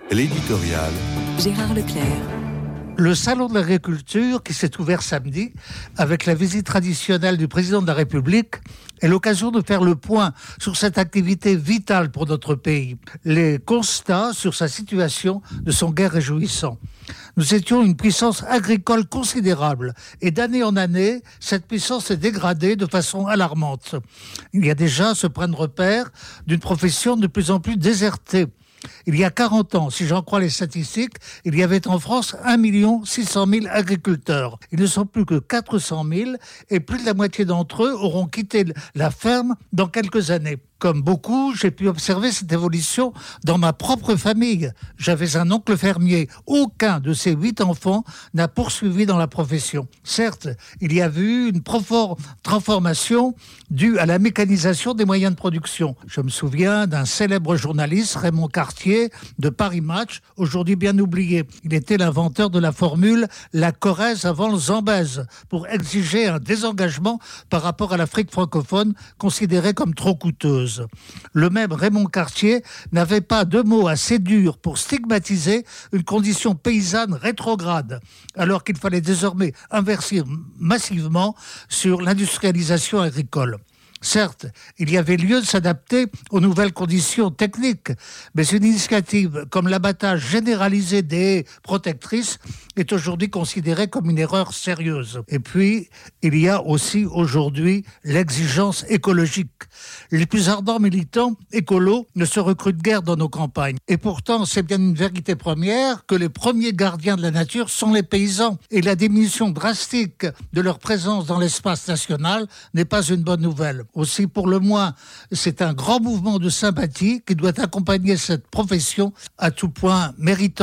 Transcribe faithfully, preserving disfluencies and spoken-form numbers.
L'éditorial. Gérard Leclerc. Le salon de l'agriculture qui s'est ouvert samedi avec la visite traditionnelle du président de la République est l'occasion de faire le point sur cette activité vitale pour notre pays. Les constats sur sa situation ne sont guère réjouissants. Nous étions une puissance agricole considérable et d'année en année, cette puissance s'est dégradée de façon alarmante. Il y a déjà à se prendre repère d'une profession de plus en plus désertée. Il y a quarante ans, si j'en crois les statistiques, il y avait en France un million six cent mille agriculteurs. Ils ne sont plus que quatre cent mille et plus de la moitié d'entre eux auront quitté la ferme dans quelques années. Comme beaucoup, j'ai pu observer cette évolution dans ma propre famille. J'avais un oncle fermier. Aucun de ses huit enfants n'a poursuivi dans la profession. Certes, il y a eu une profonde transformation due à la mécanisation des moyens de production. Je me souviens d'un célèbre journaliste, Raymond Cartier, de Paris Match, aujourd'hui bien oublié. Il était l'inventeur de la formule « la Corrèze avant le Zambèze » pour exiger un désengagement par rapport à l'Afrique francophone, considérée comme trop coûteuse. Le même Raymond Cartier n'avait pas de mots assez durs pour stigmatiser une condition paysanne rétrograde, alors qu'il fallait désormais investir massivement sur l'industrialisation agricole. Certes, il y avait lieu de s'adapter aux nouvelles conditions techniques, mais une initiative comme l'abattage généralisé des haies protectrices est aujourd'hui considérée comme une erreur sérieuse. Et puis, il y a aussi aujourd'hui l'exigence écologique. Les plus ardents militants écolos ne se recrutent guère dans nos campagnes. Et pourtant, c'est bien une vérité première que les premiers gardiens de la nature sont les paysans. Et la diminution drastique de leur présence dans l'espace national n'est pas une bonne nouvelle. Aussi, pour le moins, c'est un grand mouvement de sympathie qui doit accompagner cette profession à tout point méritant.